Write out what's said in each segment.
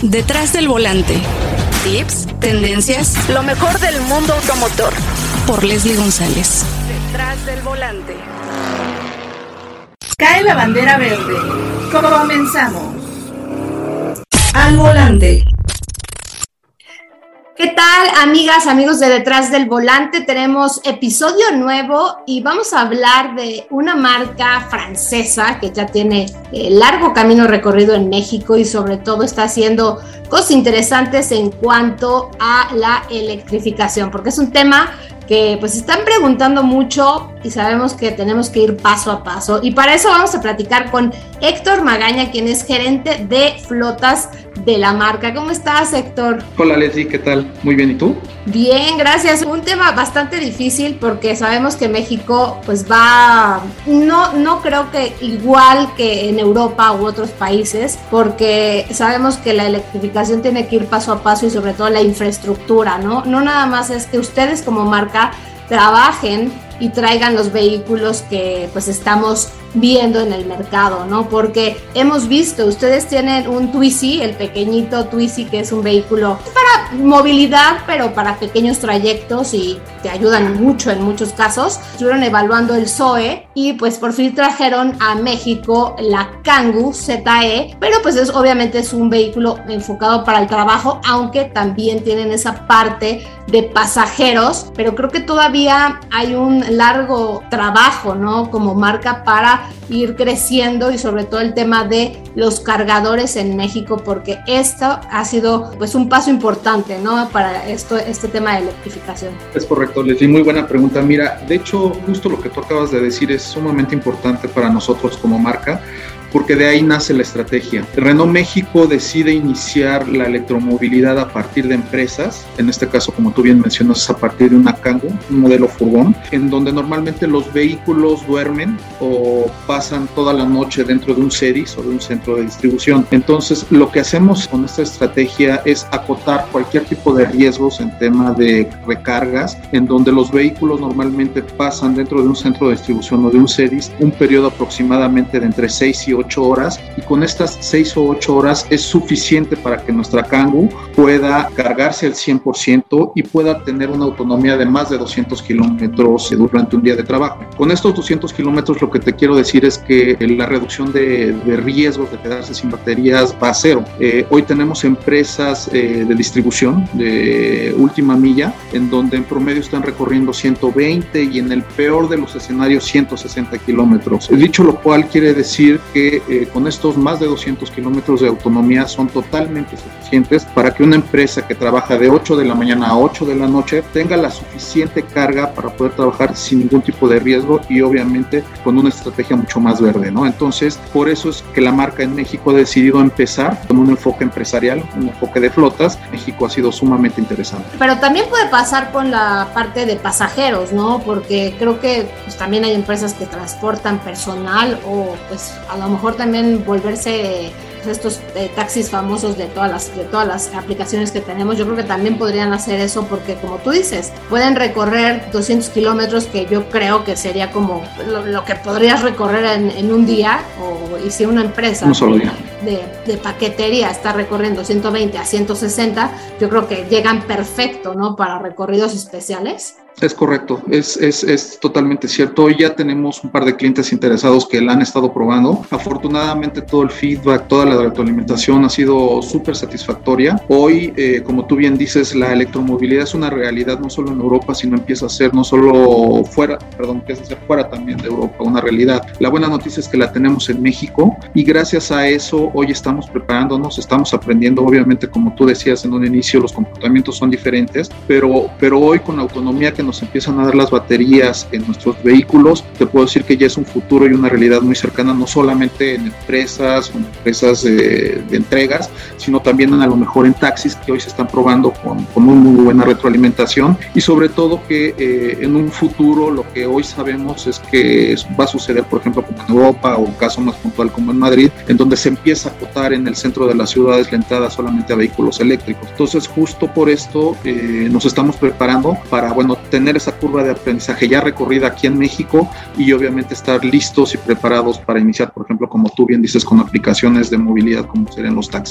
Detrás del volante. Tips, tendencias, lo mejor del mundo automotor. Por Leslie González. Detrás del volante. Cae la bandera verde. Comenzamos. Al volante. ¿Qué tal, amigas, amigos de Detrás del Volante? Tenemos episodio nuevo y vamos a hablar de una marca francesa que ya tiene largo camino recorrido en México y sobre todo está haciendo cosas interesantes en cuanto a la electrificación, porque es un tema que pues están preguntando mucho y sabemos que tenemos que ir paso a paso. Y para eso vamos a platicar con Héctor Magaña, quien es gerente de flotas de la marca. ¿Cómo estás, Héctor? Hola, Leslie, ¿qué tal? Muy bien, ¿y tú? Bien, gracias. Un tema bastante difícil porque sabemos que México pues va, no creo que igual que en Europa u otros países, porque sabemos que la electrificación tiene que ir paso a paso y sobre todo la infraestructura, ¿no? No nada más es que ustedes como marca trabajen y traigan los vehículos que pues estamos viendo en el mercado, ¿no? Porque hemos visto, ustedes tienen un Twizy, el pequeñito Twizy, que es un vehículo para movilidad, pero para pequeños trayectos y te ayudan mucho en muchos casos. Estuvieron evaluando el Zoe y pues por fin trajeron a México la Kangoo ZE, pero pues obviamente es un vehículo enfocado para el trabajo, aunque también tienen esa parte de pasajeros, pero creo que todavía hay un largo trabajo, ¿no? Como marca para ir creciendo y sobre todo el tema de los cargadores en México, porque esto ha sido pues un paso importante, ¿no? Para este tema de electrificación. Es correcto, Leslie, muy buena pregunta. Mira, de hecho, justo lo que tú acabas de decir es sumamente importante para nosotros como marca, porque de ahí nace la estrategia. Renault México decide iniciar la electromovilidad a partir de empresas, en este caso, como tú bien mencionas, a partir de una Kangoo, un modelo furgón, en donde normalmente los vehículos duermen o pasan toda la noche dentro de un CEDIS o de un centro de distribución. Entonces, lo que hacemos con esta estrategia es acotar cualquier tipo de riesgos en tema de recargas, en donde los vehículos normalmente pasan dentro de un centro de distribución o de un CEDIS un periodo aproximadamente de entre 6 y 8 horas, y con estas 6 o 8 horas es suficiente para que nuestra Kangoo pueda cargarse al 100% y pueda tener una autonomía de más de 200 kilómetros durante un día de trabajo. Con estos 200 kilómetros lo que te quiero decir es que la reducción de riesgos de quedarse sin baterías va a cero. Hoy tenemos empresas de distribución de última milla en donde en promedio están recorriendo 120 y en el peor de los escenarios 160 kilómetros. Dicho lo cual quiere decir que con estos más de 200 kilómetros de autonomía son totalmente suficientes para que una empresa que trabaja de 8 de la mañana a 8 de la noche tenga la suficiente carga para poder trabajar sin ningún tipo de riesgo y obviamente con una estrategia mucho más verde, ¿no? Entonces, por eso es que la marca en México ha decidido empezar con un enfoque empresarial, un enfoque de flotas. México ha sido sumamente interesante. Pero también puede pasar con la parte de pasajeros, ¿no? Porque creo que pues, también hay empresas que transportan personal o pues a lo mejor también volverse estos taxis famosos de todas las aplicaciones que tenemos. Yo creo que también podrían hacer eso porque, como tú dices, pueden recorrer 200 kilómetros, que yo creo que sería como lo que podrías recorrer en un día, y si una empresa de paquetería está recorriendo 120 a 160, yo creo que llegan perfecto, ¿no? Para recorridos especiales. Es correcto, es totalmente cierto. Hoy ya tenemos un par de clientes interesados que la han estado probando. Afortunadamente todo el feedback, toda la retroalimentación ha sido súper satisfactoria. Hoy, como tú bien dices, la electromovilidad es una realidad no solo en Europa, sino empieza a ser fuera también de Europa, una realidad. La buena noticia es que la tenemos en México y gracias a eso hoy estamos preparándonos, estamos aprendiendo. Obviamente, como tú decías en un inicio, los comportamientos son diferentes, pero hoy con la autonomía que nos empiezan a dar las baterías en nuestros vehículos, te puedo decir que ya es un futuro y una realidad muy cercana, no solamente en empresas de entregas, sino también a lo mejor en taxis que hoy se están probando con muy buena retroalimentación, y sobre todo que en un futuro lo que hoy sabemos es que va a suceder, por ejemplo, como en Europa, o un caso más puntual como en Madrid, en donde se empieza a acotar en el centro de las ciudades la entrada solamente a vehículos eléctricos. Entonces, justo por esto nos estamos preparando para, tener esa curva de aprendizaje ya recorrida aquí en México y obviamente estar listos y preparados para iniciar, por ejemplo, como tú bien dices, con aplicaciones de movilidad como serían los taxis, ¿no?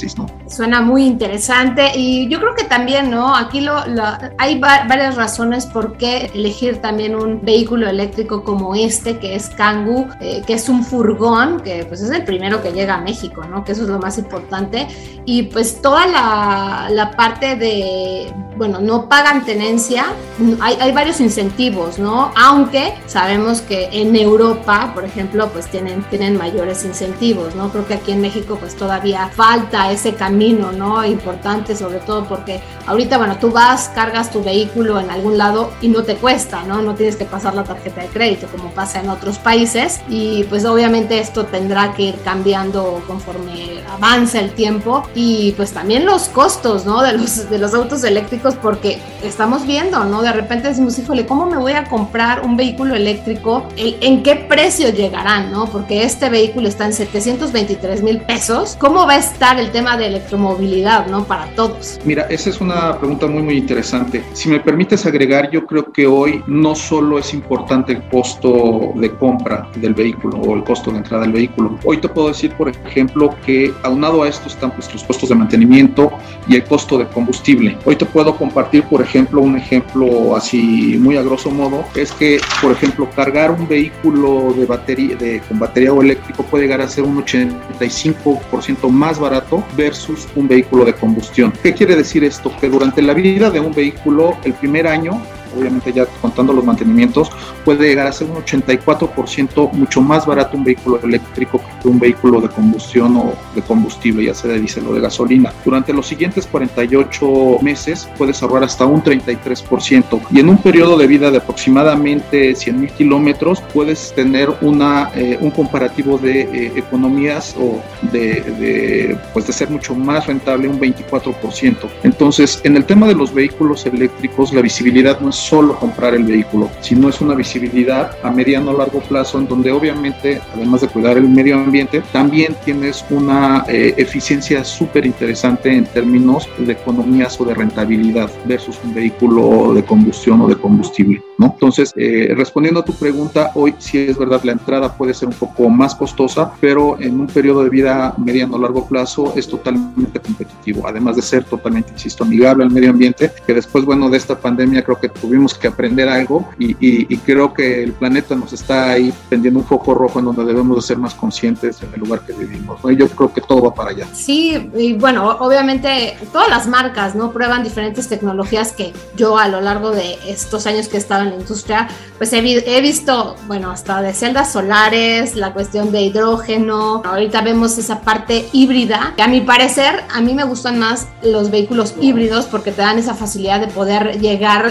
Suena muy interesante y yo creo que también, ¿no? Aquí hay varias razones por qué elegir también un vehículo eléctrico como este, que es Kangoo, que es un furgón, que pues es el primero que llega a México, ¿no? Que eso es lo más importante. Y pues toda la parte de, bueno, no pagan tenencia, hay varios incentivos, ¿no? Aunque sabemos que en Europa, por ejemplo, pues tienen mayores incentivos, ¿no? Creo que aquí en México pues todavía falta ese camino, ¿no? Importante, sobre todo porque ahorita, bueno, tú vas, cargas tu vehículo en algún lado y no te cuesta, ¿no? No tienes que pasar la tarjeta de crédito como pasa en otros países y pues obviamente esto tendrá que ir cambiando conforme avanza el tiempo y pues también los costos, ¿no? De los autos eléctricos, porque estamos viendo, ¿no? De repente decimos, híjole, ¿cómo me voy a comprar un vehículo eléctrico? ¿En qué precio llegarán, no? Porque este vehículo está en 723,000 pesos. ¿Cómo va a estar el tema de electromovilidad, ¿no? Para todos. Mira, esa es una pregunta muy, muy interesante. Si me permites agregar, yo creo que hoy no solo es importante el costo de compra del vehículo o el costo de entrada del vehículo. Hoy te puedo decir, por ejemplo, que aunado a esto están pues, los costos de mantenimiento y el costo de combustible. Hoy te puedo compartir, por ejemplo, un ejemplo así muy a grosso modo, es que, por ejemplo, cargar un vehículo con batería o eléctrico puede llegar a ser un 85% más barato versus un vehículo de combustión. ¿Qué quiere decir esto? Que durante la vida de un vehículo, el primer año, obviamente ya contando los mantenimientos, puede llegar a ser un 84% mucho más barato un vehículo eléctrico que un vehículo de combustión o de combustible, ya sea de diésel o de gasolina. Durante los siguientes 48 meses puedes ahorrar hasta un 33% y en un periodo de vida de aproximadamente 100,000 kilómetros puedes tener un comparativo de economías o de ser mucho más rentable, un 24%. Entonces, en el tema de los vehículos eléctricos, la visibilidad no es solo comprar el vehículo, sino es una visibilidad a mediano o largo plazo en donde obviamente, además de cuidar el medio ambiente, también tienes una eficiencia súper interesante en términos de economías o de rentabilidad versus un vehículo de combustión o de combustible, ¿no? Entonces, respondiendo a tu pregunta, hoy sí es verdad, la entrada puede ser un poco más costosa, pero en un periodo de vida mediano o largo plazo es totalmente competitivo, además de ser totalmente, insisto, amigable al medio ambiente, que después, bueno, de esta pandemia creo que tuvimos que aprender algo y creo que el planeta nos está ahí prendiendo un foco rojo en donde debemos de ser más conscientes en el lugar que vivimos, ¿no? Y yo creo que todo va para allá. Sí, y bueno, obviamente todas las marcas, ¿no? Prueban diferentes tecnologías que yo a lo largo de estos años que he estado en la industria, pues he visto, bueno, hasta de celdas solares, la cuestión de hidrógeno, ahorita vemos esa parte híbrida, que a mi parecer, a mí me gustan más los vehículos híbridos porque te dan esa facilidad de poder llegar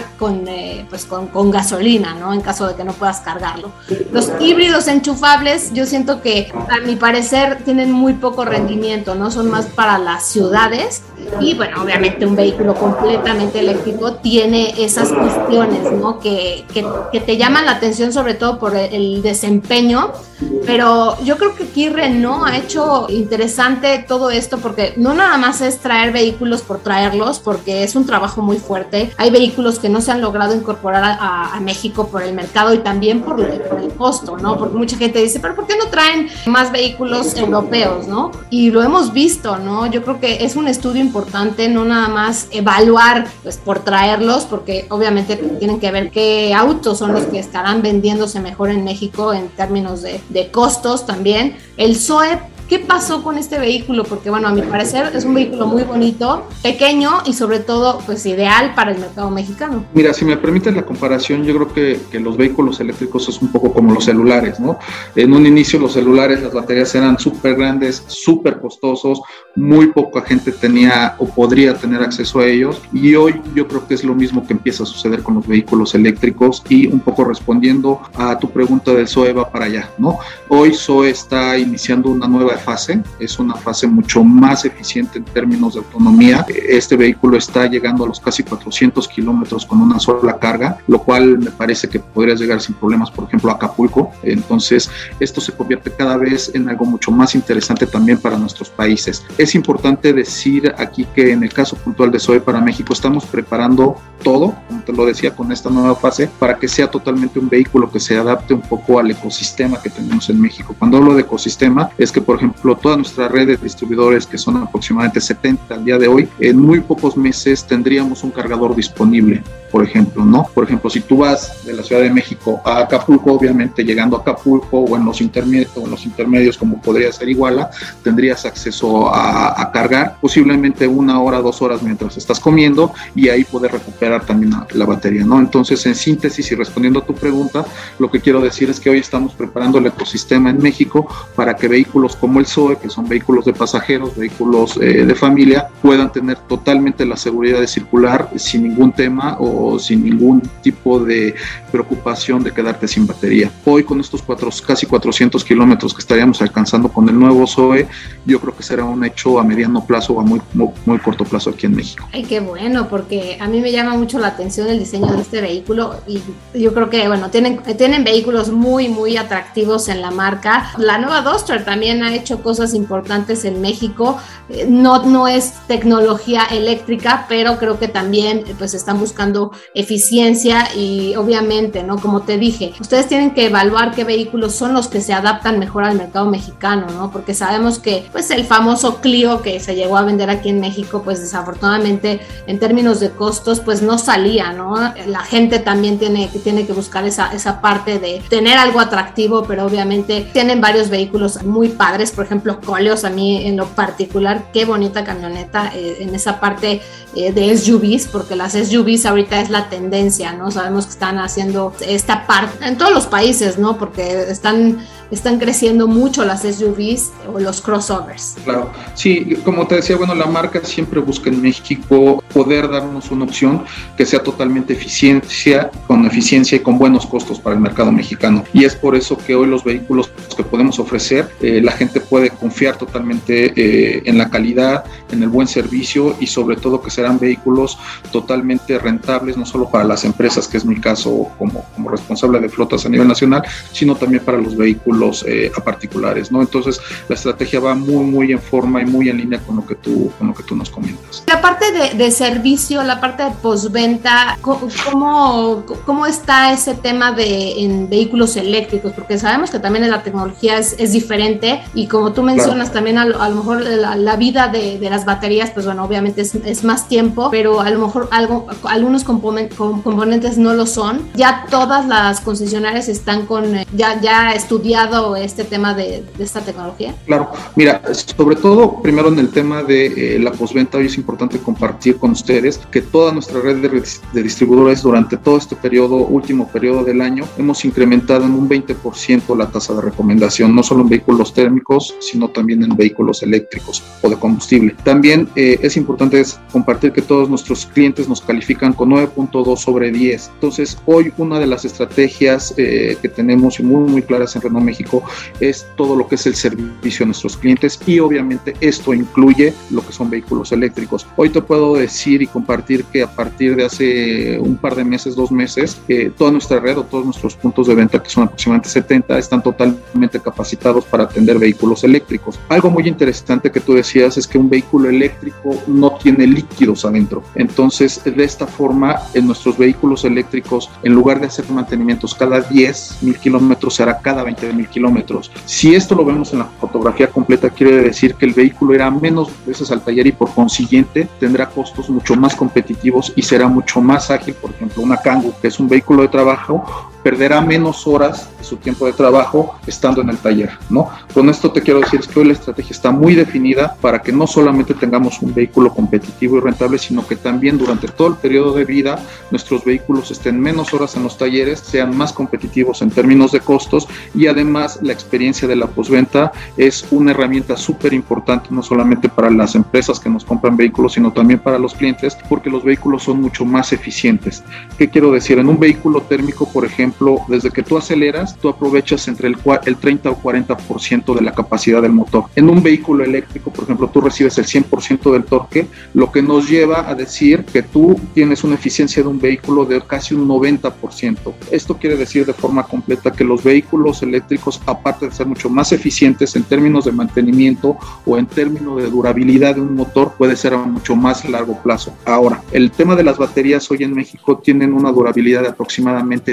con gasolina, ¿no? En caso de que no puedas cargarlo. Los híbridos enchufables, yo siento que a mi parecer tienen muy poco rendimiento, ¿no? Son más para las ciudades y bueno, obviamente un vehículo completamente eléctrico tiene esas cuestiones, ¿no? Que te llaman la atención sobre todo por el desempeño, pero yo creo que aquí Renault ha hecho interesante todo esto porque no nada más es traer vehículos por traerlos, porque es un trabajo muy fuerte. Hay vehículos que no se han logrado incorporar a México por el mercado y también por el costo, ¿no? Porque mucha gente dice, pero ¿por qué no traen más vehículos europeos, no? Y lo hemos visto, ¿no? Yo creo que es un estudio importante, no nada más evaluar, pues, por traerlos, porque obviamente tienen que ver qué autos son los que estarán vendiéndose mejor en México en términos de costos también. El ZOE, ¿qué pasó con este vehículo? Porque bueno, a mi parecer es un vehículo muy bonito, pequeño y sobre todo pues ideal para el mercado mexicano. Mira, si me permites la comparación, yo creo que los vehículos eléctricos es un poco como los celulares, ¿no? En un inicio los celulares, las baterías eran súper grandes, súper costosos, muy poca gente tenía o podría tener acceso a ellos y hoy yo creo que es lo mismo que empieza a suceder con los vehículos eléctricos y un poco respondiendo a tu pregunta del ZOE va para allá, ¿no? Hoy ZOE está iniciando una nueva fase, es una fase mucho más eficiente en términos de autonomía. Este vehículo está llegando a los casi 400 kilómetros con una sola carga, lo cual me parece que podrías llegar sin problemas, por ejemplo, a Acapulco. Entonces, esto se convierte cada vez en algo mucho más interesante también para nuestros países. Es importante decir aquí que en el caso puntual de ZOE para México estamos preparando todo, como te lo decía, con esta nueva fase, para que sea totalmente un vehículo que se adapte un poco al ecosistema que tenemos en México. Cuando hablo de ecosistema, es que, por ejemplo, ejemplo, toda nuestra red de distribuidores, que son aproximadamente 70 al día de hoy, en muy pocos meses tendríamos un cargador disponible, por ejemplo, ¿no? Por ejemplo, si tú vas de la Ciudad de México a Acapulco, obviamente llegando a Acapulco o en los intermedios como podría ser Iguala, tendrías acceso a cargar posiblemente 1 hora, 2 horas mientras estás comiendo, y ahí poder recuperar también la batería, ¿no? Entonces, en síntesis y respondiendo a tu pregunta, lo que quiero decir es que hoy estamos preparando el ecosistema en México para que vehículos como el Zoe, que son vehículos de pasajeros, vehículos de familia, puedan tener totalmente la seguridad de circular sin ningún tema o sin ningún tipo de preocupación de quedarte sin batería. Hoy, con estos casi 400 kilómetros que estaríamos alcanzando con el nuevo Zoe, yo creo que será un hecho a mediano plazo o a muy corto plazo aquí en México. Ay, qué bueno, porque a mí me llama mucho la atención el diseño de este vehículo, y yo creo que, bueno, tienen vehículos muy, muy atractivos en la marca. La nueva Duster también ha hecho cosas importantes en México. No es tecnología eléctrica, pero creo que también pues están buscando eficiencia y obviamente, ¿no? Como te dije, ustedes tienen que evaluar qué vehículos son los que se adaptan mejor al mercado mexicano, ¿no? Porque sabemos que pues el famoso Clio que se llegó a vender aquí en México, pues desafortunadamente en términos de costos pues no salía, ¿no? La gente también tiene que buscar esa parte de tener algo atractivo, pero obviamente tienen varios vehículos muy padres. Por ejemplo, Koleos, a mí en lo particular, qué bonita camioneta en esa parte de SUVs, porque las SUVs ahorita es la tendencia, ¿no? Sabemos que están haciendo esta parte en todos los países, ¿no? Porque están creciendo mucho las SUVs o los crossovers. Claro, sí, como te decía, bueno, la marca siempre busca en México poder darnos una opción que sea totalmente con eficiencia y con buenos costos para el mercado mexicano. Y es por eso que hoy los vehículos que podemos ofrecer, la gente puede confiar totalmente en la calidad, en el buen servicio, y sobre todo que serán vehículos totalmente rentables, no solo para las empresas, que es mi caso como responsable de flotas a nivel nacional, sino también para los vehículos a particulares, ¿no? Entonces, la estrategia va muy, muy en forma y muy en línea con lo que tú nos comentas. La parte de servicio, la parte de postventa, ¿cómo está ese tema en vehículos eléctricos? Porque sabemos que también la tecnología es diferente, y como tú mencionas, claro, también a lo mejor la vida de las baterías, pues bueno, obviamente es más tiempo, pero a lo mejor algunos componentes no lo son. Ya todas las concesionarias están ya estudiado este tema de esta tecnología. Claro, mira, sobre todo primero en el tema de la postventa, hoy es importante compartir con ustedes que toda nuestra red de distribuidores durante todo este último periodo del año, hemos incrementado en un 20% la tasa de recomendación, no solo en vehículos térmicos, sino también en vehículos eléctricos o de combustible. También es importante compartir que todos nuestros clientes nos califican con 9.2 sobre 10. Entonces, hoy una de las estrategias que tenemos y muy, muy claras en Renault México es todo lo que es el servicio a nuestros clientes, y obviamente esto incluye lo que son vehículos eléctricos. Hoy te puedo decir y compartir que a partir de hace un par de meses, 2 meses, toda nuestra red o todos nuestros puntos de venta, que son aproximadamente 70, están totalmente capacitados para atender vehículos eléctricos. Algo muy interesante que tú decías es que un vehículo eléctrico no tiene líquidos adentro. Entonces, de esta forma, en nuestros vehículos eléctricos, en lugar de hacer mantenimientos cada 10,000 kilómetros, será cada 20,000 kilómetros. Si esto lo vemos en la fotografía completa, quiere decir que el vehículo irá menos veces al taller y por consiguiente tendrá costos mucho más competitivos y será mucho más ágil. Por ejemplo, una Kangoo, que es un vehículo de trabajo, perderá menos horas de su tiempo de trabajo estando en el taller, ¿no? Con esto te quiero decir que hoy la estrategia está muy definida para que no solamente tengamos un vehículo competitivo y rentable, sino que también durante todo el periodo de vida nuestros vehículos estén menos horas en los talleres, sean más competitivos en términos de costos, y además la experiencia de la postventa es una herramienta súper importante, no solamente para las empresas que nos compran vehículos, sino también para los clientes, porque los vehículos son mucho más eficientes. ¿Qué quiero decir? En un vehículo térmico, por ejemplo, desde que tú aceleras, tú aprovechas entre el 30 o 40% de la capacidad del motor. En un vehículo eléctrico, por ejemplo, tú recibes el 100% del torque, lo que nos lleva a decir que tú tienes una eficiencia de un vehículo de casi un 90%. Esto quiere decir de forma completa que los vehículos eléctricos, aparte de ser mucho más eficientes en términos de mantenimiento o en términos de durabilidad de un motor, puede ser a mucho más largo plazo. Ahora, el tema de las baterías hoy en México tienen una durabilidad de aproximadamente 10 años.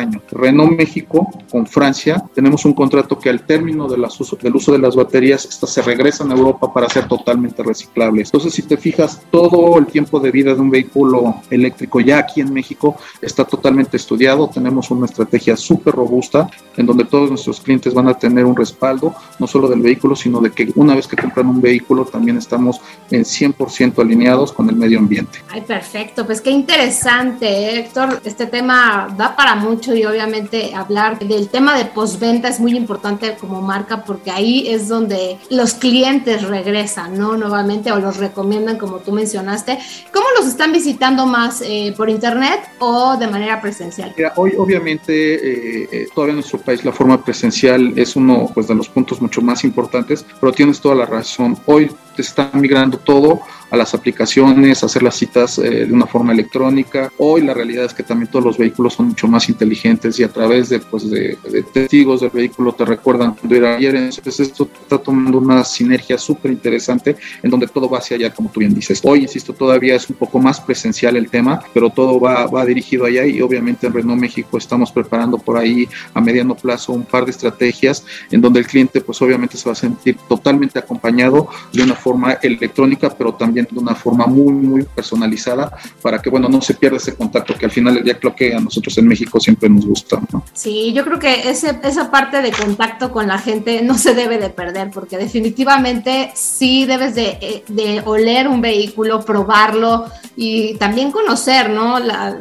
año. Renault México con Francia tenemos un contrato que al término del uso de las baterías se regresan a Europa para ser totalmente reciclables. Entonces, si te fijas, todo el tiempo de vida de un vehículo eléctrico ya aquí en México está totalmente estudiado. Tenemos una estrategia súper robusta en donde todos nuestros clientes van a tener un respaldo, no solo del vehículo, sino de que una vez que compran un vehículo también estamos en 100% alineados con el medio ambiente. Ay, perfecto, pues qué interesante, Héctor. Este tema da para mucho y obviamente hablar del tema de postventa es muy importante como marca porque ahí es donde los clientes regresan, ¿no? Nuevamente, o los recomiendan, como tú mencionaste. ¿Cómo los están visitando más? ¿Por internet o de manera presencial? Mira, hoy obviamente todavía en nuestro país la forma presencial es uno pues, de los puntos mucho más importantes, pero tienes toda la razón. Hoy te está migrando todo a las aplicaciones, a hacer las citas de una forma electrónica. Hoy la realidad es que también todos los vehículos son mucho más inteligentes y a través de testigos del vehículo te recuerdan cuando era ayer. Entonces esto está tomando una sinergia súper interesante en donde todo va hacia allá, como tú bien dices. Hoy, insisto, todavía es un poco más presencial el tema, pero todo va dirigido allá y obviamente en Renault México estamos preparando por ahí a mediano plazo un par de estrategias en donde el cliente pues obviamente se va a sentir totalmente acompañado de una forma electrónica, pero también de una forma muy, muy personalizada para que, bueno, no se pierda ese contacto que al final del día creo que a nosotros en México siempre nos gusta, ¿no? Sí, yo creo que esa parte de contacto con la gente no se debe de perder porque definitivamente sí debes de oler un vehículo, probarlo y también conocer, ¿no?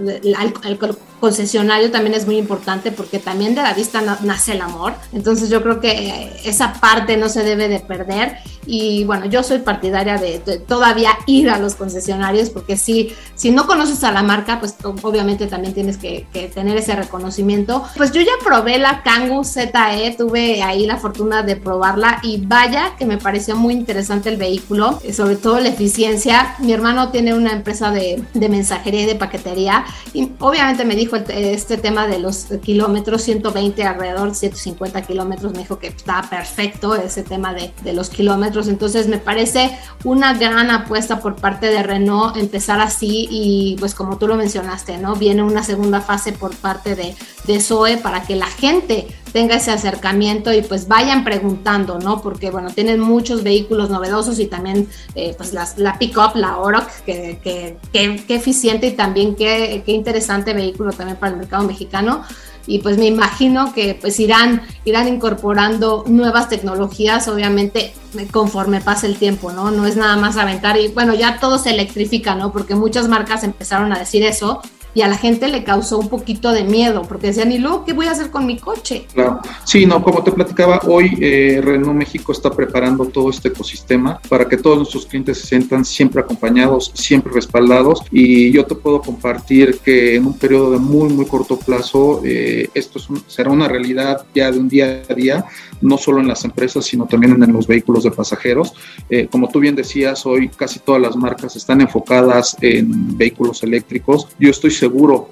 El concesionario también es muy importante porque también de la vista nace el amor. Entonces yo creo que esa parte no se debe de perder y bueno, yo soy partidaria de todavía ir a los concesionarios porque si no conoces a la marca, pues obviamente también tienes que tener ese reconocimiento. Pues yo ya probé la Kangoo ZE, tuve ahí la fortuna de probarla y vaya que me pareció muy interesante el vehículo, sobre todo la eficiencia. Mi hermano tiene una empresa de mensajería y de paquetería y obviamente me dijo este tema de los kilómetros, 120 alrededor, 150 kilómetros, me dijo que estaba perfecto ese tema de los kilómetros. Entonces me parece una gran apuesta por parte de Renault empezar así y pues como tú lo mencionaste, ¿no? Viene una segunda fase por parte de Zoe para que la gente tenga ese acercamiento y pues vayan preguntando, ¿no? Porque bueno, tienen muchos vehículos novedosos y también pues la pick-up, la Oroch, que eficiente y también qué interesante vehículo también para el mercado mexicano. Y pues me imagino que pues irán incorporando nuevas tecnologías, obviamente conforme pase el tiempo, ¿no? No es nada más aventar y bueno, ya todo se electrifica, ¿no? Porque muchas marcas empezaron a decir eso y a la gente le causó un poquito de miedo, porque decían, ¿y luego qué voy a hacer con mi coche? Claro, sí, no, como te platicaba, hoy Renault México está preparando todo este ecosistema para que todos nuestros clientes se sientan siempre acompañados, siempre respaldados, y yo te puedo compartir que en un periodo de muy, muy corto plazo, esto será una realidad ya de un día a día, no solo en las empresas, sino también en los vehículos de pasajeros. Como tú bien decías, hoy casi todas las marcas están enfocadas en vehículos eléctricos. Yo estoy seguro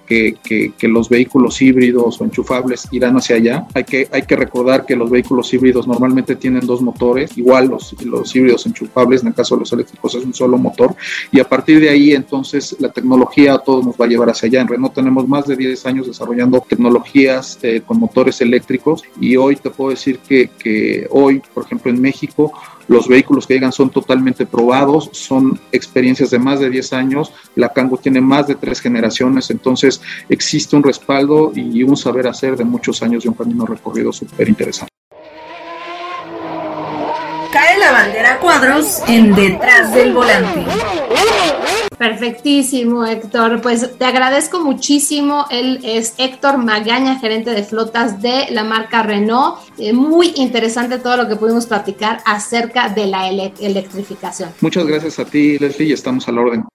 que los vehículos híbridos o enchufables irán hacia allá. Hay que recordar que los vehículos híbridos normalmente tienen dos motores, igual los híbridos enchufables, en el caso de los eléctricos es un solo motor, y a partir de ahí entonces la tecnología a todos nos va a llevar hacia allá. En Renault tenemos más de 10 años desarrollando tecnologías con motores eléctricos y hoy te puedo decir que hoy, por ejemplo, en México, los vehículos que llegan son totalmente probados, son experiencias de más de 10 años, la Kangoo tiene más de 3 generaciones, entonces existe un respaldo y un saber hacer de muchos años y un camino recorrido súper interesante. Cae la bandera a cuadros en Detrás del Volante. Perfectísimo, Héctor. Pues te agradezco muchísimo. Él es Héctor Magaña, gerente de flotas de la marca Renault. Muy interesante todo lo que pudimos platicar acerca de la electrificación. Muchas gracias a ti, Leslie, y estamos a la orden.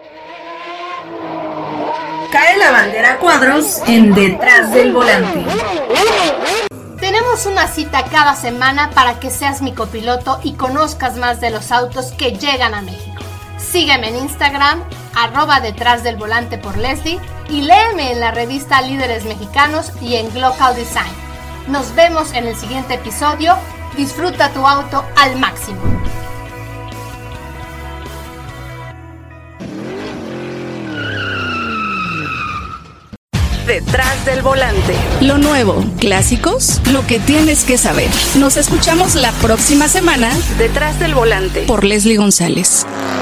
Cae la bandera a cuadros en Detrás del Volante. Tenemos una cita cada semana para que seas mi copiloto y conozcas más de los autos que llegan a México. Sígueme en Instagram, @detrás del volante por Leslie, y léeme en la revista Líderes Mexicanos y en Glocal Design. Nos vemos en el siguiente episodio. Disfruta tu auto al máximo. Detrás del Volante. Lo nuevo, clásicos, lo que tienes que saber. Nos escuchamos la próxima semana. Detrás del Volante. Por Leslie González.